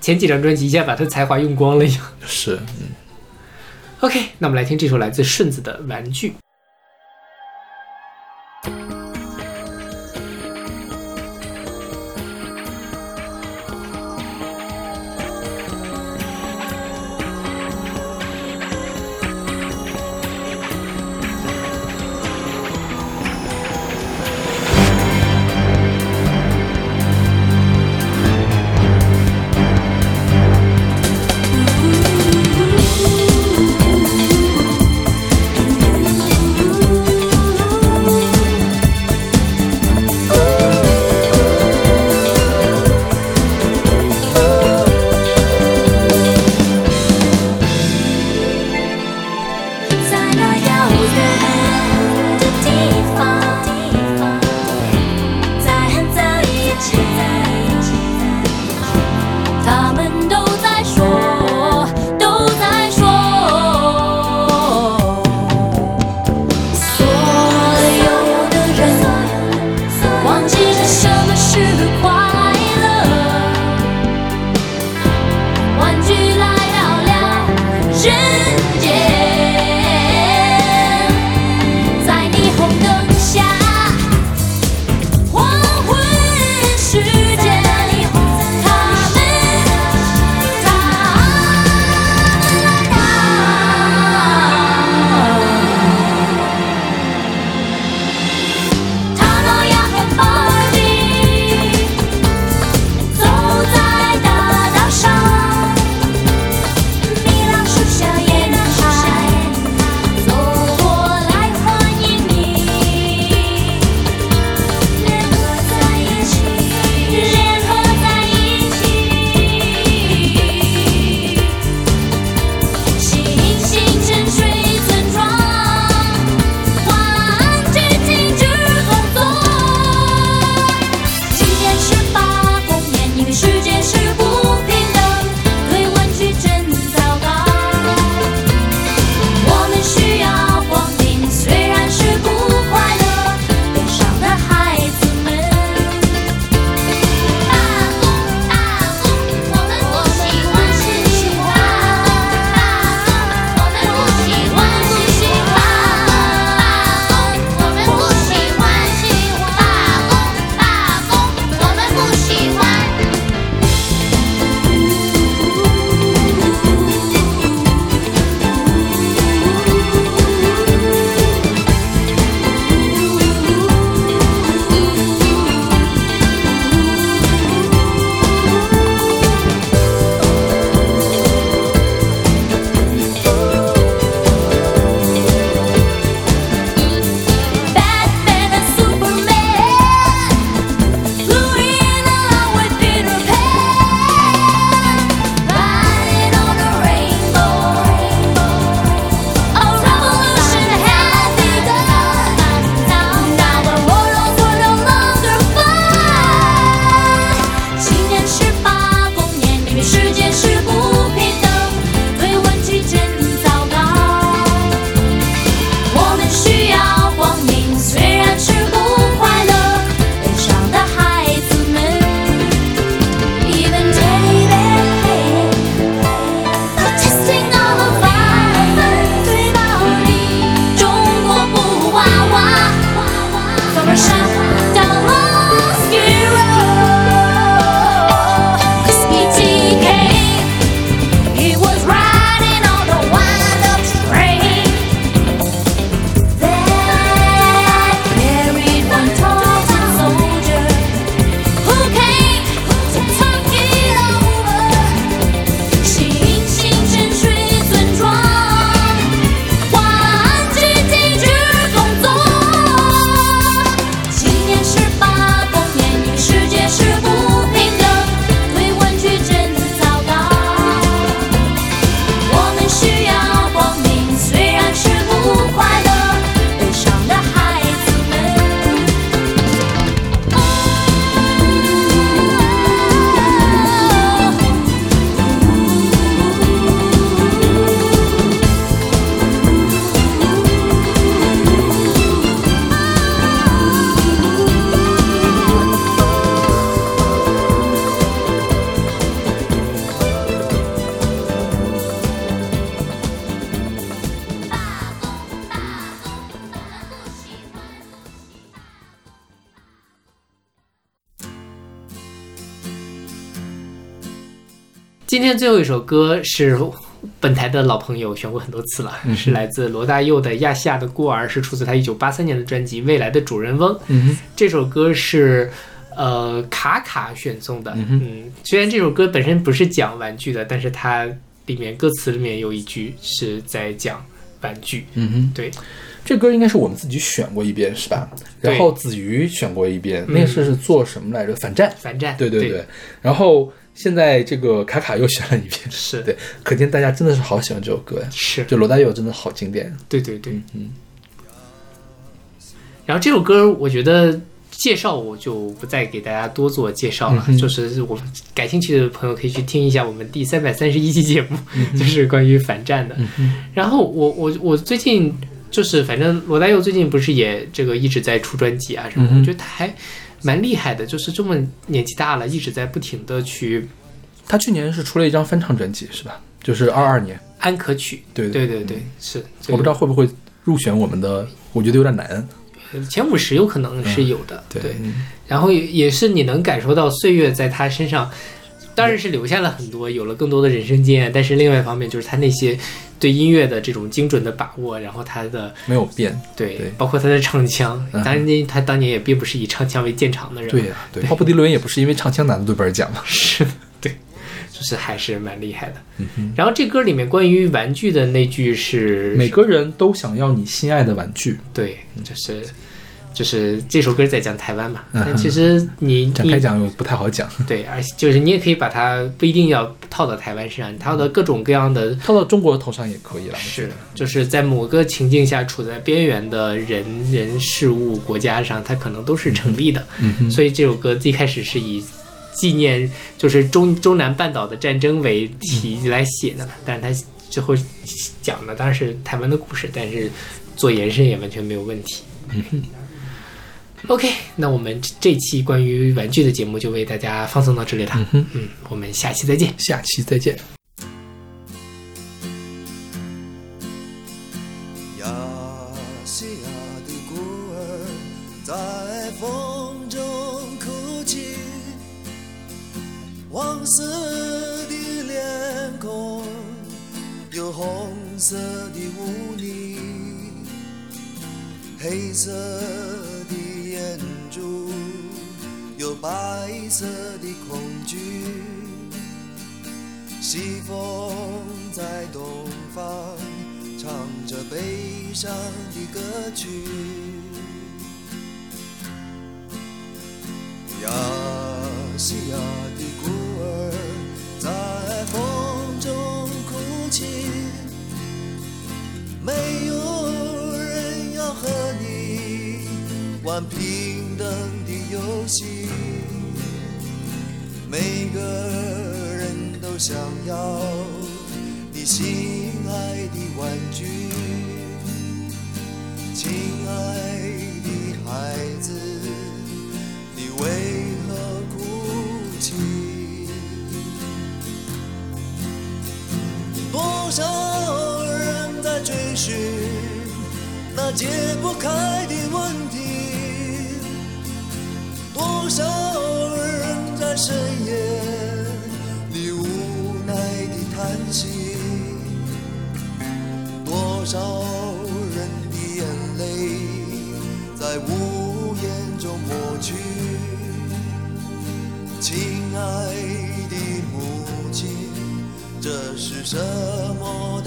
前几张专辑一下把他才华用光了一样。 是， OK， 那我们来听这首来自顺子的《玩具》。 今天最后一首歌是本台的老朋友选过很多次了，是来自罗大佑的《亚细亚的孤儿》，是出自他1983年的专辑《未来的主人翁》。这首歌是卡卡选送的。虽然这首歌本身不是讲玩具的，但是它里面歌词里面有一句是在讲玩具。对。 这歌应该是我们自己选过一遍是吧？然后子瑜选过一遍，那是做什么来着？反战。对对对。然后现在这个卡卡又选了一遍， 是对，可见大家真的是好喜欢这首歌呀。 是， 就罗大佑真的好经典。 对对对。然后这首歌我觉得介绍我就不再给大家多做介绍了，就是我们感兴趣的朋友可以去听一下我们第331期节目，就是关于反战的。然后我最近就是反正罗大佑最近不是也这个一直在出专辑啊什么，我觉得他还蛮厉害的，就是这么年纪大了一直在不停的去。 他去年是出了一张翻唱专辑是吧？就是22年安可曲。对对对对，是。 我不知道会不会入选我们的，我觉得有点难。 前50有可能是有的。对。然后也是你能感受到岁月在他身上当然是留下了很多，有了更多的人生经验，但是另外一方面就是他那些对音乐的这种精准的把握，然后他的没有变。 对，包括他的唱腔，当然他当年也并不是以唱腔为见长的人。 对呀，对，鲍勃迪伦也不是因为唱腔拿的诺贝尔奖嘛。 是的，对，就是还是蛮厉害的。然后这歌里面关于玩具的那句是每个人都想要你心爱的玩具。 对，就是这首歌在讲台湾嘛，但其实你展开讲又不太好讲。 对，而且就是你也可以把它不一定要套到台湾身上，套到各种各样的， 套到中国头上也可以了。 是，就是在某个情境下处在边缘的人事物国家上，它可能都是成立的。所以这首歌一开始是以纪念就是中南半岛的战争为题来写的，但是它最后讲的当然是台湾的故事，但是做延伸也完全没有问题。OK， 那我们这期关于玩具的节目就为大家放送到这里了。我们下期再见。 下期再见。 亚细亚的孤儿在风中哭泣，黄色的脸孔有红色的污泥，黑色的眼珠有白色的恐惧，西风在东方唱着悲伤的歌曲。亚细亚的孤儿在风中哭泣，没有人要和你玩平等的游戏，每个人都想要你心爱的玩具。亲爱的孩子，你为何哭泣？多少人在追寻那解不开的问题，多少人在深夜里无奈地叹息，多少人的眼泪在无言中抹去。亲爱的母亲，这是什么